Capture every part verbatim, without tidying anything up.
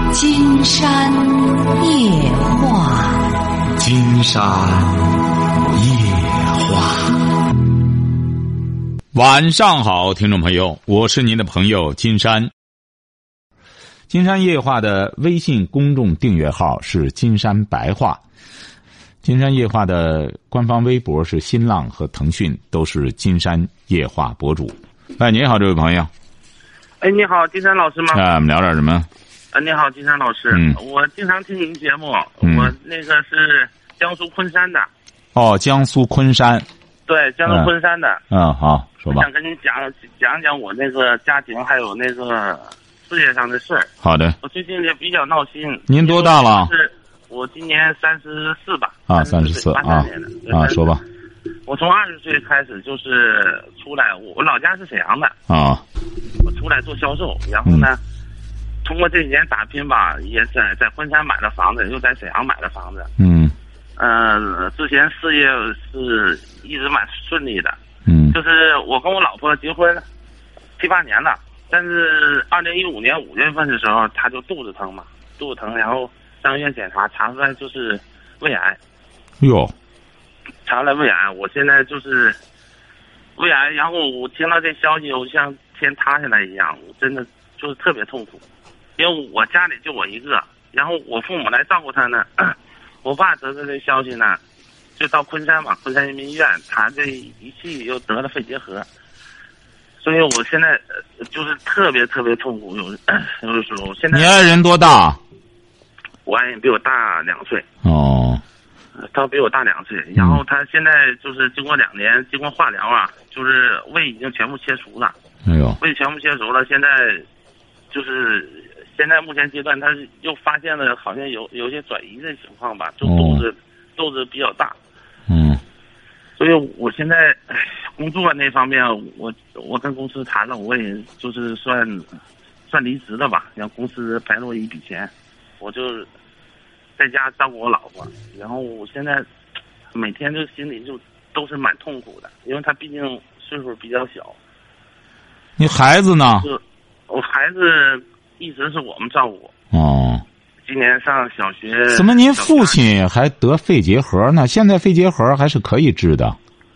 金山夜话， 金山夜话。晚上好，听众朋友，我是您的朋友金山。金山夜话的微信公众订阅号是金山白话，金山夜话的官方微博是新浪和腾讯，都是金山夜话博主。哎，你好，这位朋友。 哎，你好，金山老师吗？ 啊，我们聊点什么？ 啊，你好，金山老师。 嗯， 我经常听您节目， 嗯、 我那个是江苏昆山的。 哦，江苏昆山。 对，江苏昆山的。 嗯，嗯好，说吧。 想跟您讲讲讲我那个家庭还有那个事业上的事儿。 好的。 我最近也比较闹心。 您多大了？ 是，我今年三十四吧。 啊，三十四啊。啊，说吧。 我从二十岁开始就是出来，我我老家是沈阳的。 啊。 我出来做销售，然后呢？嗯通过这几年打拼吧，也在在昆山买了房子，又在沈阳买了房子。嗯，呃，之前事业是一直蛮顺利的。嗯，就是我跟我老婆结婚七八年了，但是二零一五年五月份的时候，她就肚子疼嘛，肚子疼，然后上医院检查，查出来就是胃癌。 哟， 查出来胃癌，我现在就是胃癌，然后我听到这消息，我像天塌下来一样，我真的就是特别痛苦。因为我家里就我一个，然后我父母来照顾他呢。我爸得知这消息呢，就到昆山嘛，昆山人民医院，他这一去又得了肺结核，所以我现在就是特别特别痛苦。有有的时候，现在你爱人多大？ 我爱人比我大两岁。 哦， 他比我大两岁，然后他现在就是经过两年，经过化疗啊，就是胃已经全部切除了。 哎呦， 胃全部切除了，现在就是。现在目前阶段，他又发现了好像有有些转移的情况吧，就肚子、哦、肚子比较大。嗯，所以我现在工作那方面，我我跟公司谈了，我也就是算算离职了吧，让公司赔了我一笔钱，我就在家照顾我老婆。然后我现在每天就心里就都是蛮痛苦的，因为他毕竟岁数比较小。 你孩子呢？ 我孩子。一直是我们照顾。 哦， 今年上小学。 怎么您父亲还得肺结核呢？现在肺结核还是可以治的。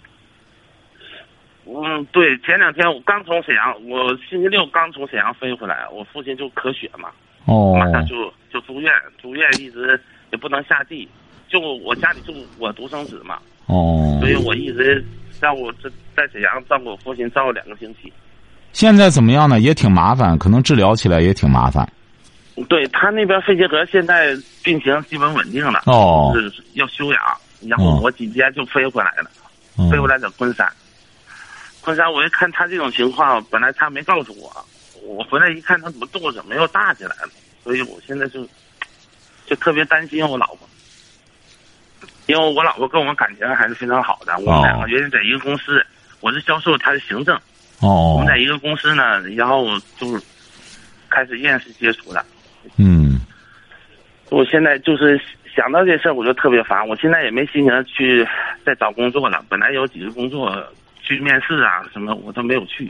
嗯，对，前两天我刚从沈阳，我星期六刚从沈阳飞回来，我父亲就咳血嘛。 哦。 马上就就住院，住院一直也不能下地，就我家里就我独生子嘛。 哦。 所以我一直照顾这在沈阳照顾我父亲照顾两个星期。 现在怎么样呢？也挺麻烦，可能治疗起来也挺麻烦。 对，他那边肺结核现在病情基本稳定了， 哦， 就是要休养。然后我几天就飞回来了，哦、飞回来在昆山。昆山我一看他这种情况，本来他没告诉我，我回来一看他怎么肚子怎么又大起来了，所以我现在就就特别担心我老婆，因为我老婆跟我感情还是非常好的，我们两个原先在一个公司，我是销售，他是行政。 哦， 我们在一个公司呢，然后就是开始认识接触的。 嗯， 我现在就是想到这事儿，我就特别烦。我现在也没心情去再找工作了。本来有几个工作去面试啊什么，我都没有去。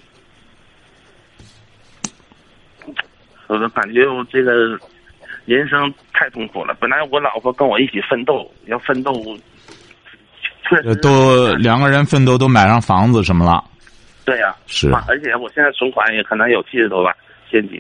我就感觉我这个人生太痛苦了。本来我老婆跟我一起奋斗，要奋斗，确实都两个人奋斗都买上房子什么了。 对呀、啊， 是， 而且我现在存款也可能有七十多万现金。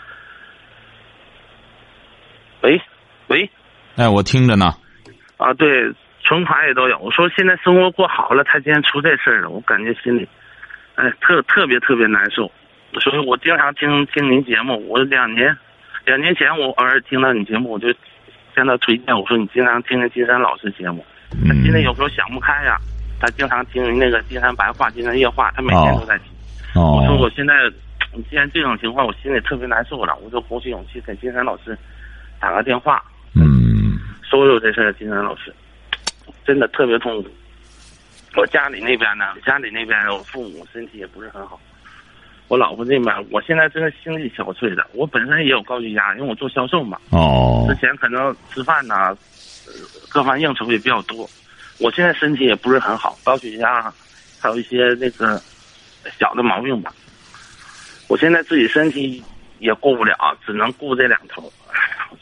喂，喂， 哎，我听着呢。 啊，对，存款也都有。我说现在生活过好了，他今天出这事儿了，我感觉心里，哎，特特别特别难受。所以我经常听听您节目。我两年，两年前我偶尔听到你节目，我就向他推荐，我说你经常听听金山老师节目。他今天有时候想不开呀、啊。他经常听那个金山白话、金山夜话，他每天都在听。 哦。 我说我现在，既然这种情况，我心里特别难受了，我就鼓起勇气给金山老师打个电话。 嗯。 说说这事儿，金山老师，真的特别痛苦。我家里那边呢，家里那边我父母身体也不是很好，我老婆这边，我现在真是心力憔悴的。我本身也有高血压，因为我做销售嘛。 哦。 之前可能吃饭呐，各方应酬也比较多。我现在身体也不是很好，高血压，还有一些那个小的毛病吧。我现在自己身体也顾不了，只能顾这两头。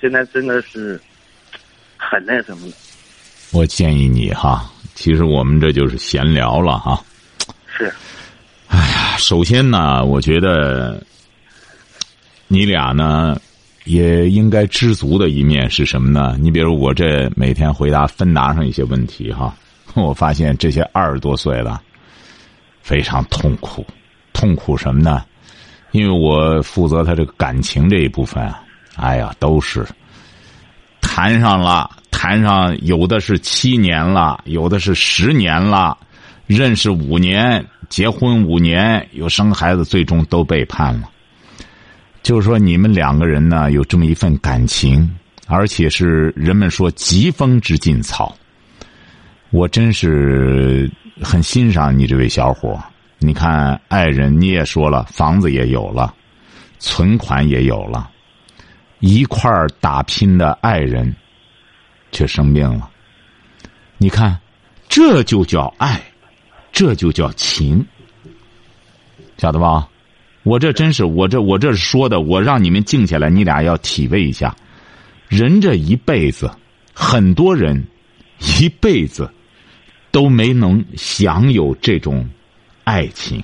现在真的是很那什么了。 我建议你哈，其实我们这就是闲聊了哈。 是。 哎呀，首先呢，我觉得你俩呢也应该知足的一面是什么呢？你比如我这每天回答芬达上一些问题哈，我发现这些二十多岁了非常痛苦。痛苦什么呢？因为我负责他这个感情这一部分，哎呀，都是谈上了，谈上有的是七年了，有的是十年了，认识五年，结婚五年，有生孩子，最终都背叛了。就是说你们两个人呢有这么一份感情，而且是人们说疾风知劲草。我真是很欣赏你这位小伙。你看爱人你也说了，房子也有了，存款也有了，一块儿打拼的爱人却生病了。你看这就叫爱，这就叫情，晓得吧？我这真是我这我这说的，我让你们静下来，你俩要体味一下。人这一辈子，很多人一辈子都没能享有这种爱情，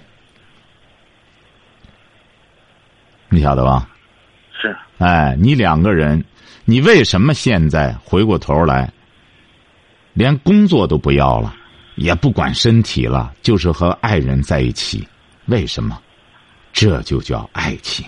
你晓得吧？ 是。 哎，你两个人，你为什么现在回过头来，连工作都不要了，也不管身体了，就是和爱人在一起？为什么？这就叫爱情。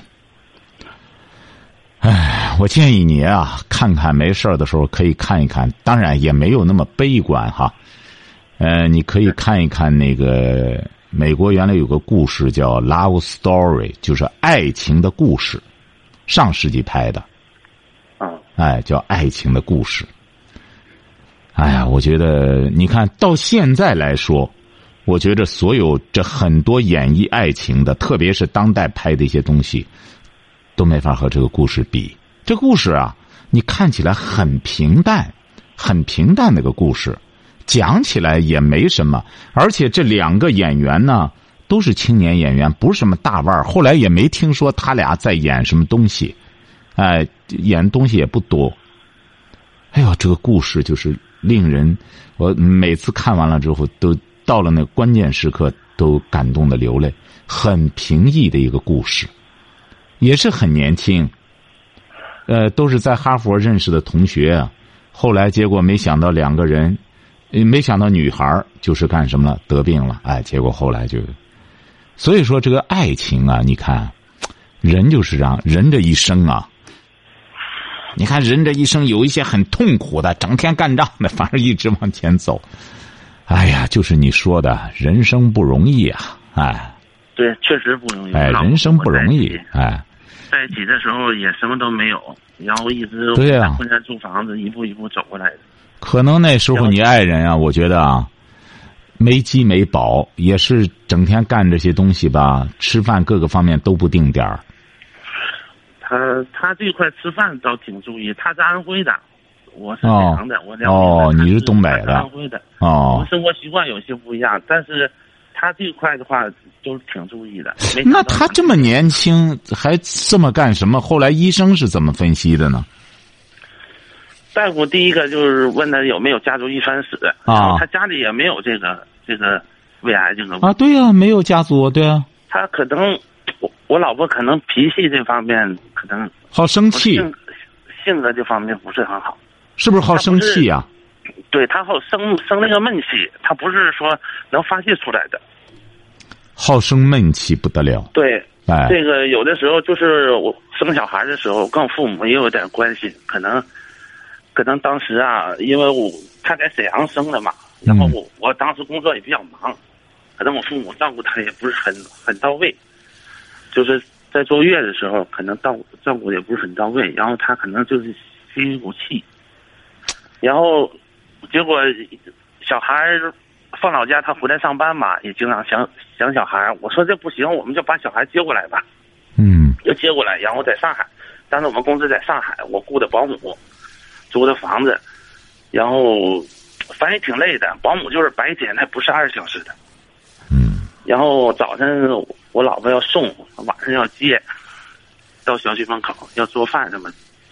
哎，我建议你啊，看看没事的时候可以看一看，当然也没有那么悲观哈。呃，你可以看一看那个美国原来有个故事叫《Love Story》，就是爱情的故事，上世纪拍的。 啊。 哎，叫爱情的故事。哎呀，我觉得你看到现在来说，我觉得所有这很多演绎爱情的，特别是当代拍的一些东西，都没法和这个故事比。这故事啊，你看起来很平淡，很平淡的个故事，讲起来也没什么。而且这两个演员呢，都是青年演员，不是什么大腕儿。后来也没听说他俩在演什么东西，哎，演东西也不多。哎呦，这个故事就是令人，我每次看完了之后都。到了那关键时刻都感动的流泪，很平易的一个故事，也是很年轻，呃，都是在哈佛认识的同学啊。后来结果没想到两个人，没想到女孩就是干什么了，得病了，哎，结果后来就，所以说这个爱情啊，你看，人就是这样，人这一生啊，你看人这一生有一些很痛苦的，整天干仗的，反正一直往前走。哎呀，就是你说的，人生不容易啊！哎， 对，确实不容易。 哎，人生不容易。哎， 在一起的时候也什么都没有，然后一直对呀， 婚前租房子，一步一步走过来的。 可能那时候你爱人啊，我觉得啊，没饥没饱，也是整天干这些东西吧，吃饭各个方面都不定点儿。 他他这块吃饭倒挺注意，他是安徽的。我是沈阳的，我辽宁的。 哦，你是东北的， 安徽的。 哦， 我们生活习惯有些不一样，但是他这一块的话都挺注意的。 那他这么年轻还这么干什么？后来医生是怎么分析的呢？ 大夫第一个就是问他有没有家族遗传史， 啊， 然后他家里也没有这个这个胃癌这个啊，对呀、啊，没有家族，对啊。 他可能我我老婆可能脾气这方面可能好生气， 性性格这方面不是很好。 是不是好生气呀、啊？ 对，他好生生那个闷气，他不是说能发泄出来的。 好生闷气不得了。 对， 哎， 这个有的时候就是我生小孩的时候，跟父母也有点关系，可能，可能当时啊，因为我他在沈阳生的嘛，然后我、嗯、我当时工作也比较忙，可能我父母照顾他也不是很很到位，就是在坐月的时候，可能照照顾也不是很到位，然后他可能就是吸一股气。然后，结果小孩放老家，他回来上班嘛，也经常想想小孩。我说这不行，我们就把小孩接过来吧。 嗯， 就接过来，然后在上海，当时我们公司在上海，我雇的保姆，租的房子，然后反正也挺累的。保姆就是白天，他不是二十小时的。 嗯。 然后早晨我老婆要送，晚上要接，到小区门口要做饭什么。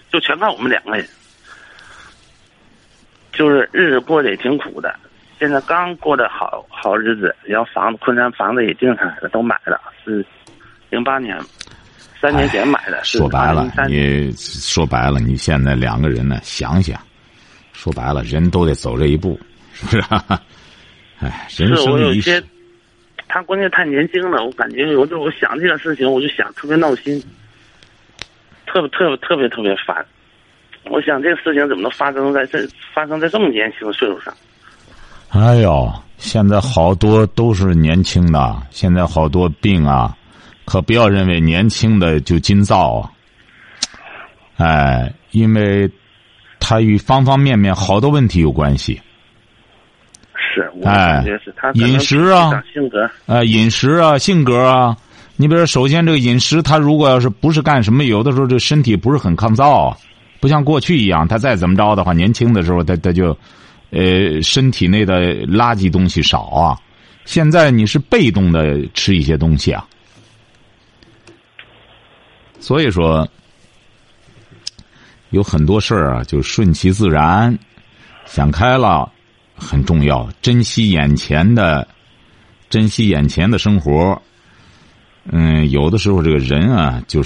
就全靠我们两个人，就是日子过得也挺苦的。现在刚过得好好日子，然后房子昆山房子也定下来了，都买了，是零八年三年前买的。 说白了，你说白了，你现在两个人呢，想想，说白了，人都得走这一步，是不是？哎，人生一世。 他关键太年轻了，我感觉有时候我想这个事情，我就想特别闹心，特别特别特别特别烦。我想这个事情怎么能发生在这发生在这么年轻的岁数上？ 哎呦，现在好多都是年轻的，现在好多病啊，可不要认为年轻的就尽造啊。哎，因为它与方方面面好多问题有关系。 是，我感觉是他饮食啊， 性格呃，饮食啊，性格啊。你比如说，首先这个饮食，他如果要是不是干什么，有的时候这身体不是很抗造啊，不像过去一样，他再怎么着的话，年轻的时候他他就，呃，身体内的垃圾东西少啊。现在你是被动的吃一些东西啊，所以说有很多事儿啊，就顺其自然，想开了。很重要，珍惜眼前的，珍惜眼前的生活。嗯，有的时候这个人啊，就是，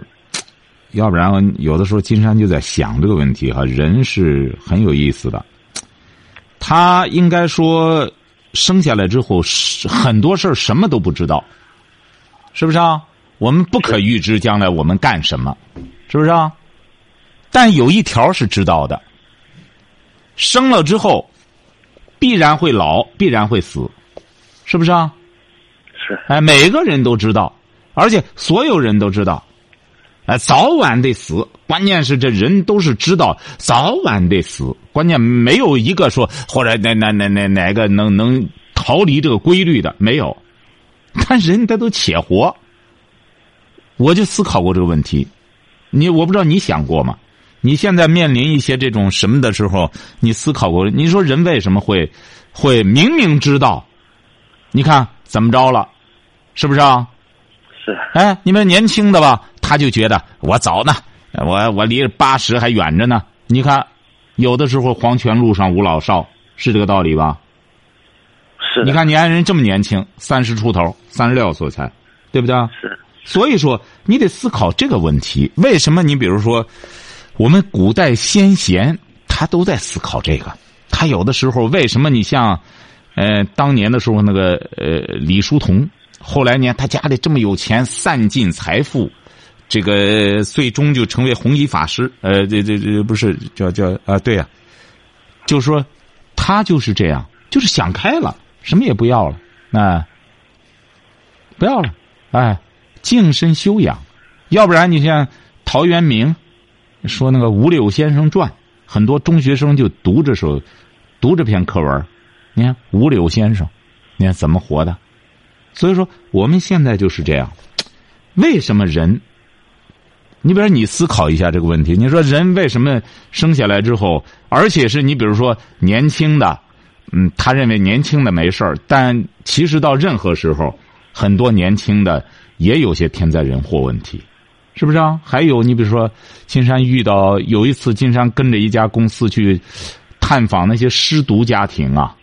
要不然有的时候金山就在想这个问题哈，人是很有意思的。他应该说生下来之后，很多事儿什么都不知道，是不是啊？我们不可预知将来我们干什么，是不是啊？但有一条是知道的，生了之后。必然会老，必然会死，是不是啊？ 是。 哎，每个人都知道，而且所有人都知道，哎，早晚得死。关键是这人都是知道早晚得死，关键没有一个说或者哪哪哪哪哪个能能逃离这个规律的，没有。但人他都且活，我就思考过这个问题。你我不知道你想过吗？你现在面临一些这种什么的时候，你思考过？你说人为什么会会明明知道？你看怎么着了，是不是啊？ 是。 哎，你们年轻的吧，他就觉得我早呢，我我离八十还远着呢。你看，有的时候黄泉路上无老少，是这个道理吧？ 是。 你看你爱人这么年轻，三十出头，三十六岁才，对不对？ 是。 所以说，你得思考这个问题：为什么你比如说？我们古代先贤他都在思考这个，他有的时候为什么你像，呃，当年的时候那个呃李叔同，后来呢他家里这么有钱，散尽财富，这个最终就成为弘一法师，呃，这这这不是叫叫啊，对呀、啊，就是说他就是这样，就是想开了，什么也不要了，那不要了，哎，净身修养，要不然你像陶渊明。说那个《五柳先生传》，很多中学生就读这首，读这篇课文。你看五柳先生，你看怎么活的？所以说我们现在就是这样。为什么人？你比如说你思考一下这个问题。你说人为什么生下来之后，而且是你比如说年轻的，嗯，他认为年轻的没事儿，但其实到任何时候，很多年轻的也有些天灾人祸问题。是不是啊？还有你比如说，金山遇到有一次，金山跟着一家公司去探访那些失独家庭啊，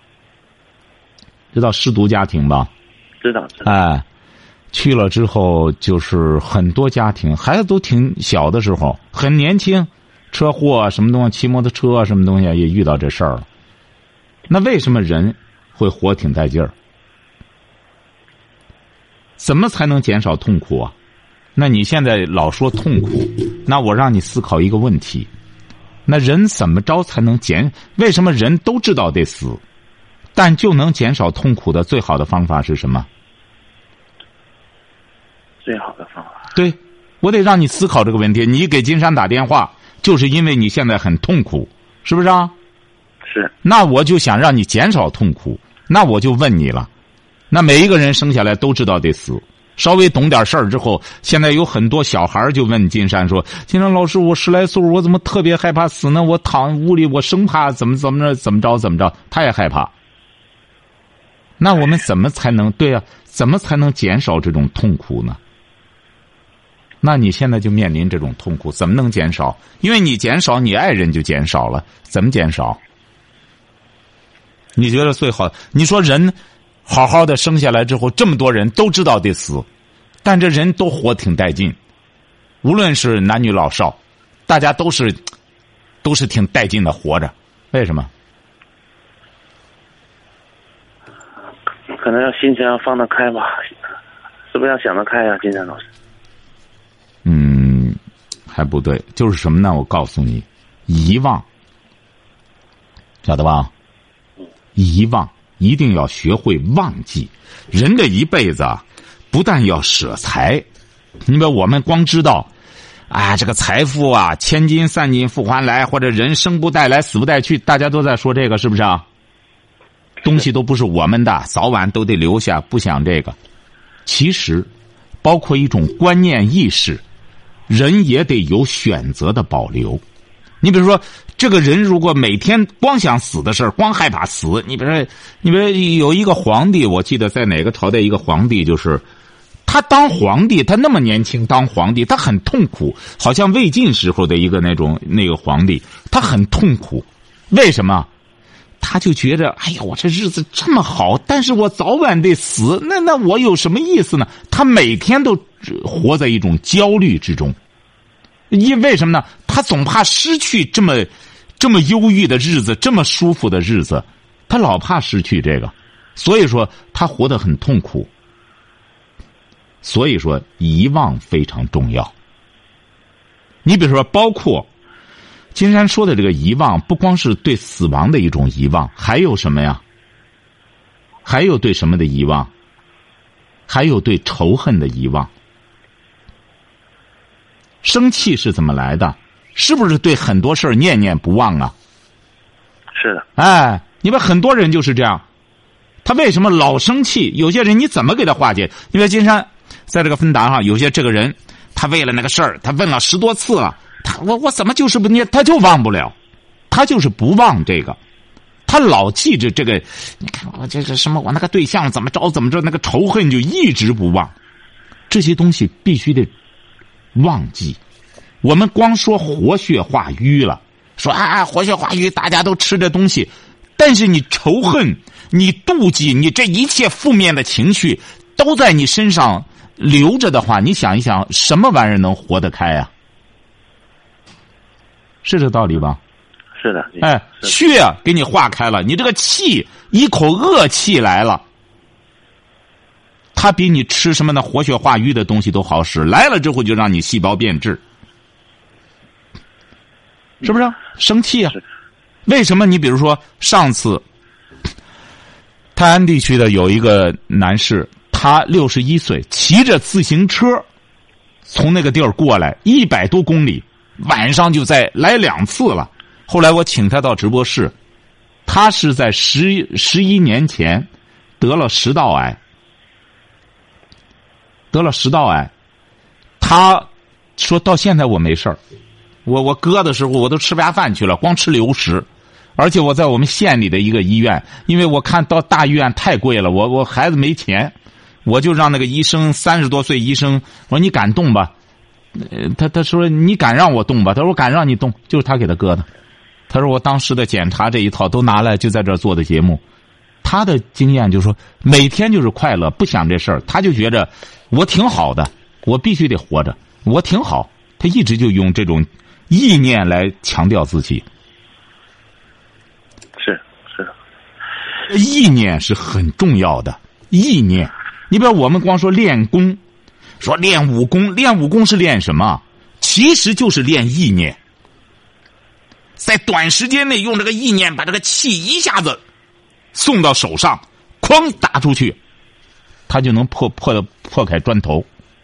知道失独家庭吧？ 知道，知道。 哎，去了之后，就是很多家庭孩子都挺小的时候，很年轻，车祸啊什么东西，骑摩托车啊什么东西也遇到这事儿了。那为什么人会活挺带劲儿？怎么才能减少痛苦啊？那你现在老说痛苦，那我让你思考一个问题：那人怎么着才能减？为什么人都知道得死，但就能减少痛苦的最好的方法是什么？ 最好的方法。 对，我得让你思考这个问题。你给金山打电话，就是因为你现在很痛苦，是不是啊？ 是。 那我就想让你减少痛苦，那我就问你了：那每一个人生下来都知道得死。稍微懂点事儿之后，现在有很多小孩就问金山说：“金山老师，我十来岁，我怎么特别害怕死呢？我躺屋里，我生怕怎么怎么着，怎么着怎么着。”他也害怕。那我们怎么才能对啊？怎么才能减少这种痛苦呢？ 那你现在就面临这种痛苦，怎么能减少？因为你减少，你爱人就减少了，怎么减少？你觉得最好？你说人好好的生下来之后，这么多人都知道得死，但这人都活挺带劲，无论是男女老少，大家都是都是挺带劲的活着，为什么？ 可能要心情要放得开吧，是不是要想得开呀、啊，金山老师？ 嗯，还不对，就是什么呢？我告诉你，遗忘，晓得吧？遗忘一定要学会忘记。人这一辈子啊，不但要舍财，你比如我们光知道，啊，这个财富啊，千金散尽复还来，或者人生不带来，死不带去，大家都在说这个，是不是啊？东西都不是我们的，早晚都得留下，不想这个。其实，包括一种观念意识。人也得有选择的保留。你比如说，这个人如果每天光想死的事儿，光害怕死，你比如说，你比如说有一个皇帝，我记得在哪个朝代一个皇帝，就是他当皇帝，他那么年轻当皇帝，他很痛苦，好像魏晋时候的一个那种那个皇帝，他很痛苦。为什么？他就觉着，哎呀，我这日子这么好，但是我早晚得死，那那我有什么意思呢？他每天都活在一种焦虑之中，因为什么呢？他总怕失去这么这么忧郁的日子，这么舒服的日子，他老怕失去这个，所以说他活得很痛苦。所以说遗忘非常重要。你比如说，包括金山说的这个遗忘，不光是对死亡的一种遗忘，还有什么呀？还有对什么的遗忘？还有对仇恨的遗忘。生气是怎么来的？是不是对很多事儿念念不忘啊？ 是的。 哎，你们很多人就是这样，他为什么老生气？有些人你怎么给他化解？因为金山在这个芬达上，有些这个人，他为了那个事儿，他问了十多次了。他我我怎么就是不念，他就忘不了，他就是不忘这个，他老记着这个。你看我这个什么，我那个对象怎么着怎么着，那个仇恨就一直不忘。这些东西必须得忘记。我们光说活血化瘀了，说啊活血化瘀，大家都吃这东西，但是你仇恨、你妒忌、你这一切负面的情绪都在你身上留着的话，你想一想，什么玩意儿能活得开啊？是这道理吧？ 是的。 哎，血给你化开了，你这个气一口恶气来了，它比你吃什么呢活血化瘀的东西都好使，来了之后就让你细胞变质，是不是？生气啊！为什么？你比如说上次泰安地区的有一个男士，他六十一岁，骑着自行车从那个地儿过来一百多公里。晚上就再来两次了，后来我请他到直播室，他是在十十一年前得了食道癌，得了食道癌，他说到现在我没事儿，我我割的时候我都吃不下饭去了，光吃流食，而且我在我们县里的一个医院，因为我看到大医院太贵了，我我孩子没钱，我就让那个医生三十多岁医生，我说你敢动吧？呃，他他说你敢让我动吧？他说我敢让你动，就是他给他割的。他说我当时的检查这一套都拿来就在这儿做的节目。他的经验就是说每天就是快乐，不想这事儿，他就觉着我挺好的，我必须得活着，我挺好。他一直就用这种意念来强调自己。 是是的， 意念是很重要的。意念，你比如我们光说练功。说练武功，练武功是练什么？其实就是练意念，在短时间内用这个意念把这个气一下子送到手上，哐打出去，他就能破破破开砖头。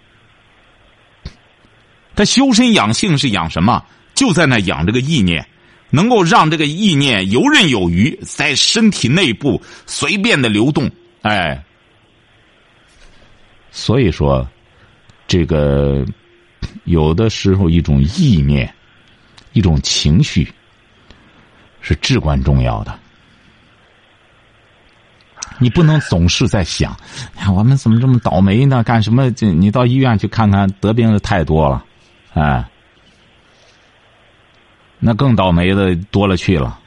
他修身养性是养什么？就在那养这个意念，能够让这个意念游刃有余，在身体内部随便的流动。哎，所以说这个有的时候一种意念，一种情绪是至关重要的。 你不能总是在想，哎，我们怎么这么倒霉呢？干什么？这你到医院去看看，得病的太多了，哎，那更倒霉的多了去了。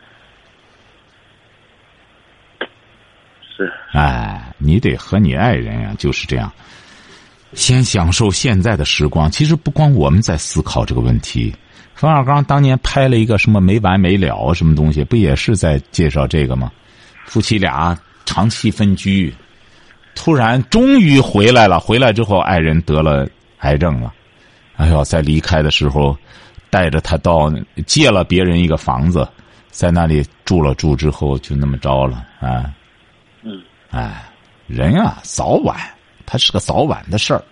是。 哎，你得和你爱人呀、啊，就是这样，先享受现在的时光。其实不光我们在思考这个问题，冯小刚当年拍了一个什么没完没了什么东西，不也是在介绍这个吗？夫妻俩长期分居，突然终于回来了，回来之后爱人得了癌症了，哎呦，在离开的时候带着他到借了别人一个房子，在那里住了住之后就那么着了啊。 嗯， 哎，人啊早晚他是个早晚的事儿。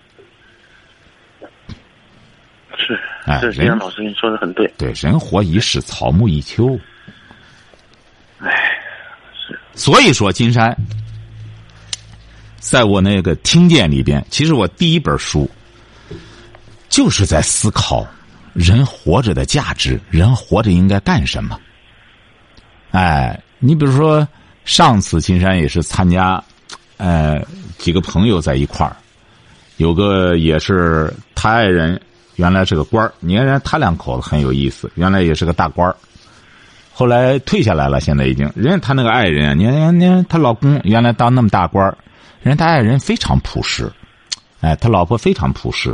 是， 哎， 这金老师你说的很对。 对，人活一世，草木一秋。 哎，是。 所以说，金山，在我那个听见里边，其实我第一本书就是在思考人活着的价值，人活着应该干什么。哎，你比如说，上次金山也是参加，呃，几个朋友在一块儿，有个也是他爱人。原来是个官儿，你看人他两口子很有意思，原来也是个大官儿，后来退下来了，现在已经。人家他那个爱人啊，你看，你看他老公原来当那么大官儿，人家他爱人非常朴实，哎，他老婆非常朴实，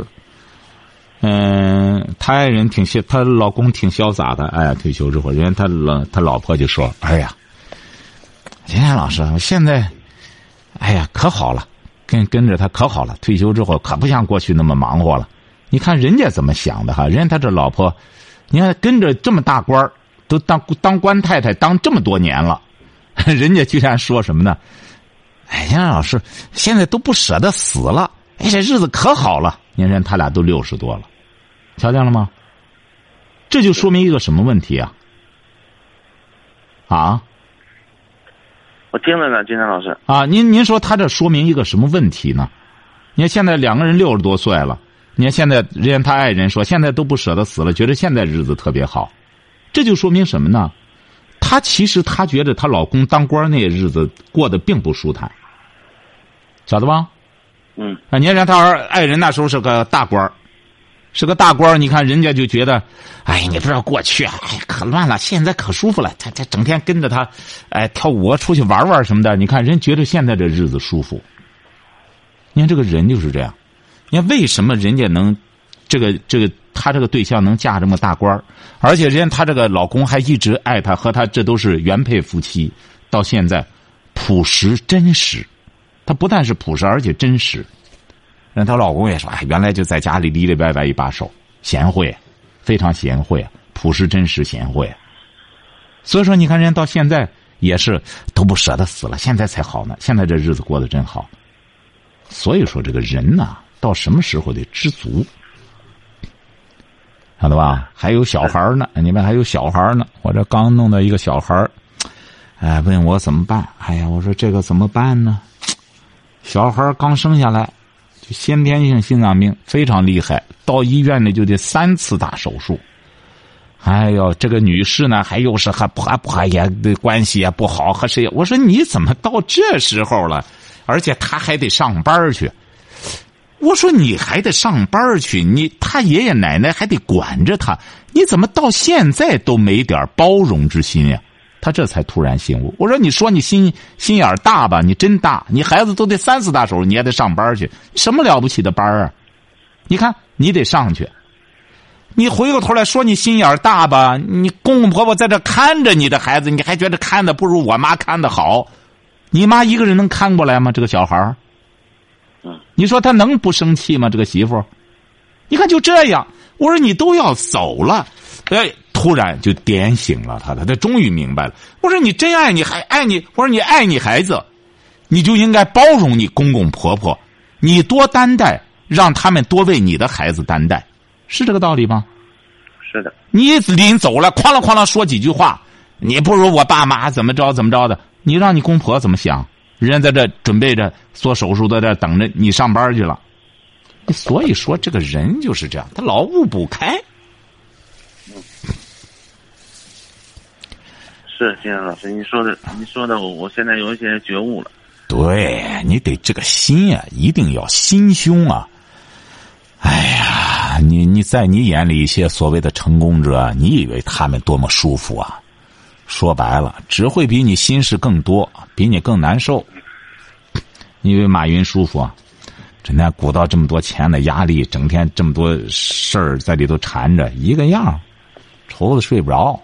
嗯，他爱人挺潇，他老公挺潇洒的，哎，退休之后，人家他老他老婆就说：“哎呀，金山老师，我现在，哎呀，可好了，跟跟着他可好了，退休之后可不像过去那么忙活了。”你看人家怎么想的哈？人家他这老婆，你看跟着这么大官儿，都当当官太太当这么多年了，人家居然说什么呢？哎，杨老师现在都不舍得死了，哎，这日子可好了。你看人他俩都六十多了，瞧见了吗？这就说明一个什么问题啊？啊？ 我听着呢，金山老师。 啊，您您说他这说明一个什么问题呢？你看现在两个人六十多岁了。你看现在人家他爱人说现在都不舍得死了，觉得现在日子特别好，这就说明什么呢？她其实她觉得她老公当官那些日子过得并不舒坦，晓得吧？ 嗯。 啊，你看他爱人那时候是个大官，是个大官，你看人家就觉得，哎，你不知道过去，哎，可乱了，现在可舒服了。他他整天跟着他，哎，跳舞出去玩玩什么的。你看人觉得现在这日子舒服。你看这个人就是这样。你看为什么人家能，这个这个他这个对象能嫁这么大官，而且人家他这个老公还一直爱他，和他这都是原配夫妻，到现在朴实真实，他不但是朴实而且真实。人她老公也说，哎，原来就在家里里里外外一把手，贤惠，非常贤惠，朴实真实贤惠。所以说你看人家到现在也是都不舍得死了，现在才好呢，现在这日子过得真好。所以说这个人呐，到什么时候得知足，晓得吧？还有小孩呢，你们还有小孩呢。我这刚弄到一个小孩，哎，问我怎么办？哎呀，我说这个怎么办呢？小孩刚生下来就先天性心脏病，非常厉害，到医院里就得三次大手术。哎呦，这个女士呢，还又是和婆婆也的关系也不好，和谁？我说你怎么到这时候了？而且她还得上班去。我说你还得上班去，你他爷爷奶奶还得管着他，你怎么到现在都没点包容之心呀？他这才突然醒悟。我说你说你心心眼大吧，你真大，你孩子都得三四大手，你还得上班去，什么了不起的班啊？你看你得上去，你回过头来说你心眼大吧，你公公婆婆在这看着你的孩子，你还觉得看的不如我妈看的好，你妈一个人能看过来吗？这个小孩你说他能不生气吗？这个媳妇，你看就这样。我说你都要走了，哎，突然就点醒了他，他他终于明白了。我说你真爱你还爱你，我说你爱你孩子，你就应该包容你公公婆婆，你多担待，让他们多为你的孩子担待，是这个道理吗？ 是的。 你临走了，哐啷哐啷说几句话，你不如我爸妈怎么着怎么着的，你让你公婆怎么想？人家在这准备着做手术，在这等着你上班去了。所以说这个人就是这样，他老悟不开。 是，金山老师，你说的，你说的，我我现在有一些觉悟了。 对，你得这个心啊，一定要心胸啊。哎呀，你你在你眼里一些所谓的成功者，你以为他们多么舒服啊？说白了，只会比你心事更多，比你更难受。你以为马云舒服啊？整天鼓捣这么多钱的压力，整天这么多事儿在里头缠着，一个样，愁的睡不着。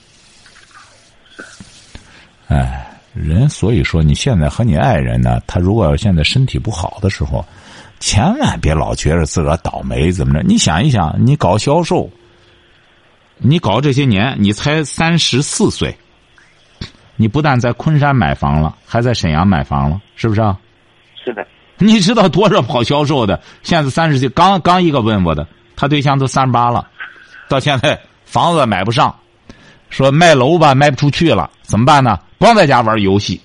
哎，人所以说，你现在和你爱人呢，他如果现在身体不好的时候，千万别老觉得自个儿倒霉怎么着。你想一想，你搞销售，你搞这些年，你才三十四岁，你不但在昆山买房了，还在沈阳买房了，是不是啊？ 是的。 你知道多少跑销售的，现在三十岁，刚刚一个问我的，他对象都三十八了，到现在房子买不上，说卖楼吧卖不出去了，怎么办呢？光在家玩游戏。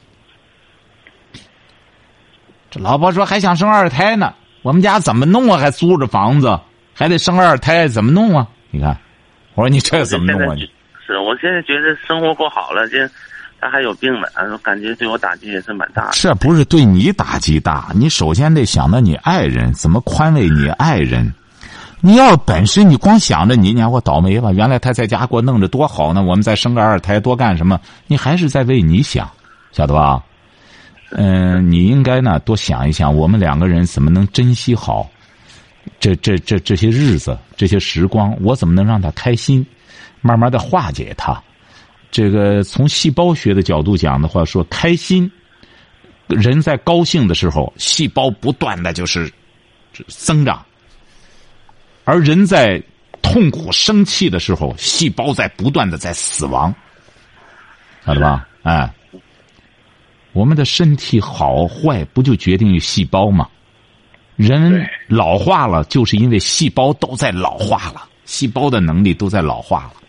这老婆说还想生二胎呢，我们家怎么弄啊？还租着房子，还得生二胎，怎么弄啊？你看，我说你这怎么弄啊？你是我现在觉得生活过好了，这他还有病呢，感觉对我打击也是蛮大的。 这不是对你打击大，你首先得想到你爱人，怎么宽慰你爱人。你要本事，你光想着你，你看我倒霉吧，原来他在家给我弄着多好呢，我们再生个二胎多干什么？你还是在为你想，晓得吧？嗯、呃，你应该呢多想一想，我们两个人怎么能珍惜好这这这这些日子，这些时光，我怎么能让他开心？慢慢的化解他。这个从细胞学的角度讲的话，说开心，人在高兴的时候，细胞不断的就是增长。而人在痛苦生气的时候，细胞在不断的在死亡，晓得吧？哎，我们的身体好坏不就决定于细胞吗？人老化了，就是因为细胞都在老化了，细胞的能力都在老化了。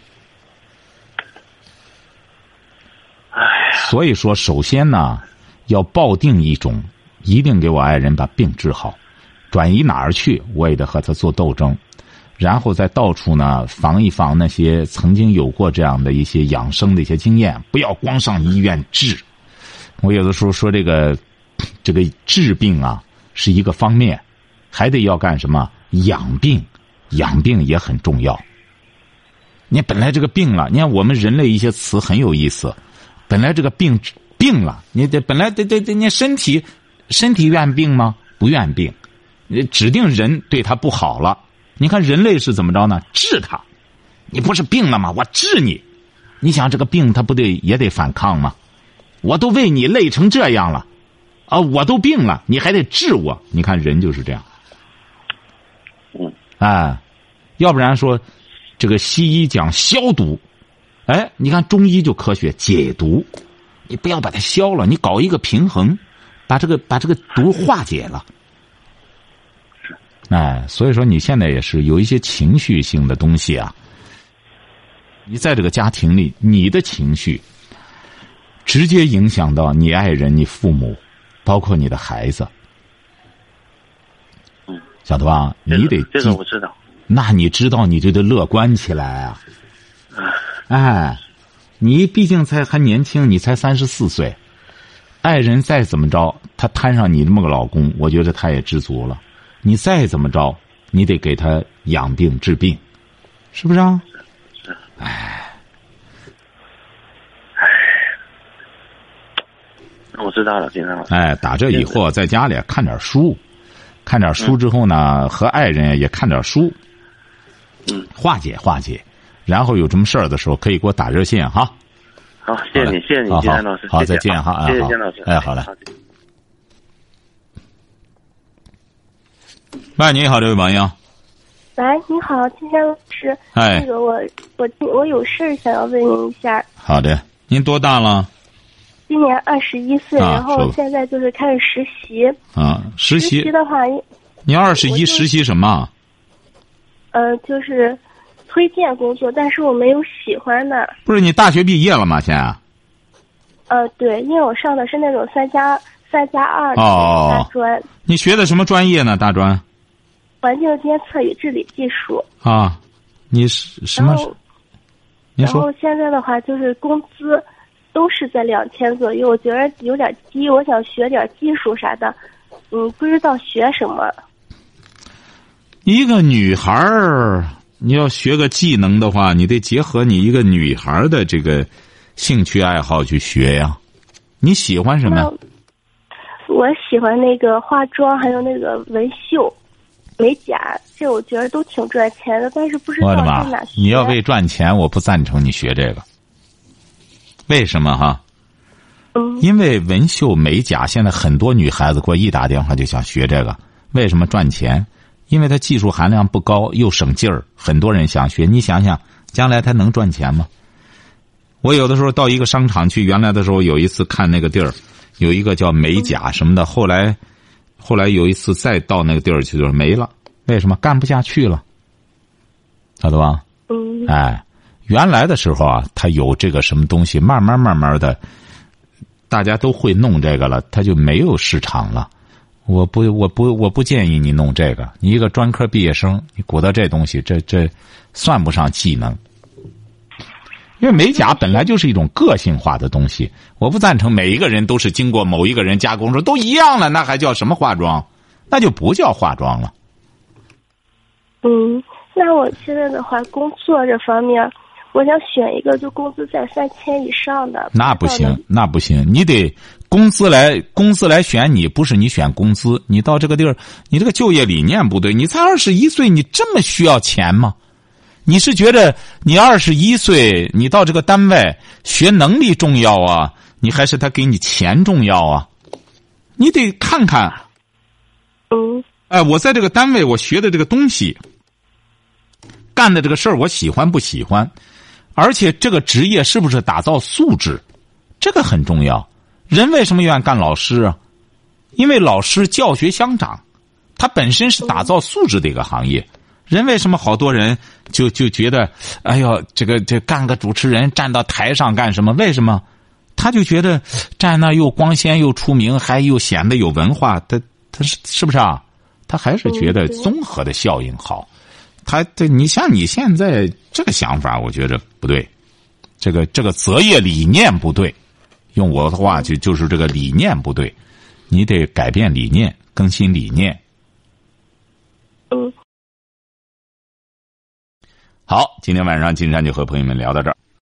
所以说，首先呢，要抱定一种，一定给我爱人把病治好。转移哪儿去，我也得和他做斗争，然后再到处呢防一防那些曾经有过这样的一些养生的一些经验，不要光上医院治。我有的时候说这个这个治病啊是一个方面，还得要干什么？养病，养病也很重要。你本来这个病了，你看我们人类一些词很有意思，本来这个病病了，你得本来得得得，你身体身体愿病吗？不愿病。指定人对他不好了，你看人类是怎么着呢？治他，你不是病了吗？我治你，你想这个病他不得也得反抗吗？我都为你累成这样了，啊，我都病了，你还得治我？你看人就是这样， 嗯， 哎，要不然说这个西医讲消毒，哎，你看中医就科学解毒，你不要把它消了，你搞一个平衡，把这个把这个毒化解了。哎，所以说你现在也是有一些情绪性的东西啊，你在这个家庭里，你的情绪直接影响到你爱人、你父母，包括你的孩子。 嗯， 晓得吧？你得这个我知道。 那你知道你就得乐观起来啊！哎，你毕竟才还年轻，你才三十四岁，爱人再怎么着，他摊上你这么个老公，我觉得他也知足了。你再怎么着，你得给他养病治病，是不是啊？ 是。 哎， 哎，我知道了，金山老师。 哎，打这以后在家里看点书，看点书之后呢，嗯、和爱人也看点书， 嗯， 化解化解。然后有什么事儿的时候，可以给我打热线哈。 好，谢谢你，谢谢你，金山老师。 好，再见哈。 谢谢金老师。 哎，好嘞。喂，你好，这位朋友。 喂，你好，金山老师。 哎， 那个我我我有事儿想要问您一下。 好的，您多大了？ 今年二十一岁， 啊、 然后现在就是开始实习。 啊，实习。 实习的话， 你二十一实习什么？ 呃，就是推荐工作，但是我没有喜欢的。 不是你大学毕业了吗？现在？ 呃，对，因为我上的是那种三加三加二的大专。 你学的什么专业呢？大专？ 环境监测与治理技术。 啊，你是什么？ 你说。 然后现在的话就是工资都是在两千左右，我觉得有点低，我想学点技术啥的，嗯，不知道学什么。 一个女孩儿，你要学个技能的话，你得结合你一个女孩的这个兴趣爱好去学呀。你喜欢什么？ 我喜欢那个化妆，还有那个纹绣、美甲，这我觉得都挺赚钱的，但是不知道在哪学。 你要为赚钱，我不赞成你学这个。为什么哈？ 嗯。 因为纹绣、美甲，现在很多女孩子给我一打电话就想学这个。为什么赚钱？因为它技术含量不高，又省劲儿，很多人想学。你想想，将来它能赚钱吗？我有的时候到一个商场去，原来的时候有一次看那个地儿，有一个叫美甲什么的，后来，后来有一次再到那个地儿去就是没了，为什么？干不下去了，晓得吧？ 嗯。 哎，原来的时候啊，它有这个什么东西，慢慢慢慢的，大家都会弄这个了，它就没有市场了。我不，我不，我不建议你弄这个。你一个专科毕业生，你鼓捣这东西，这这算不上技能。因为美甲本来就是一种个性化的东西，我不赞成每一个人都是经过某一个人加工说都一样了，那还叫什么化妆？那就不叫化妆了。 嗯，那我现在的话，工作这方面，我想选一个就工资在三千以上的。 那不行，那不行，你得公司来，公司来选你，不是你选工资。你到这个地儿，你这个就业理念不对。你才二十一岁，你这么需要钱吗？你是觉得你二十一岁，你到这个单位学能力重要啊，你还是他给你钱重要啊？你得看看。 嗯。 哎，我在这个单位我学的这个东西，干的这个事儿我喜欢不喜欢？而且这个职业是不是打造素质，这个很重要。人为什么愿意干老师啊？因为老师教学相长，他本身是打造素质的一个行业。人为什么好多人就就觉得，哎呦，这个这干个主持人站到台上干什么？为什么？他就觉得站那又光鲜又出名，还又显得有文化。他他是是不是啊？他还是觉得综合的效应好。他这你像你现在这个想法，我觉得不对。这个这个择业理念不对，用我的话就就是这个理念不对，你得改变理念，更新理念。 嗯。 好，今天晚上金山就和朋友们聊到这儿。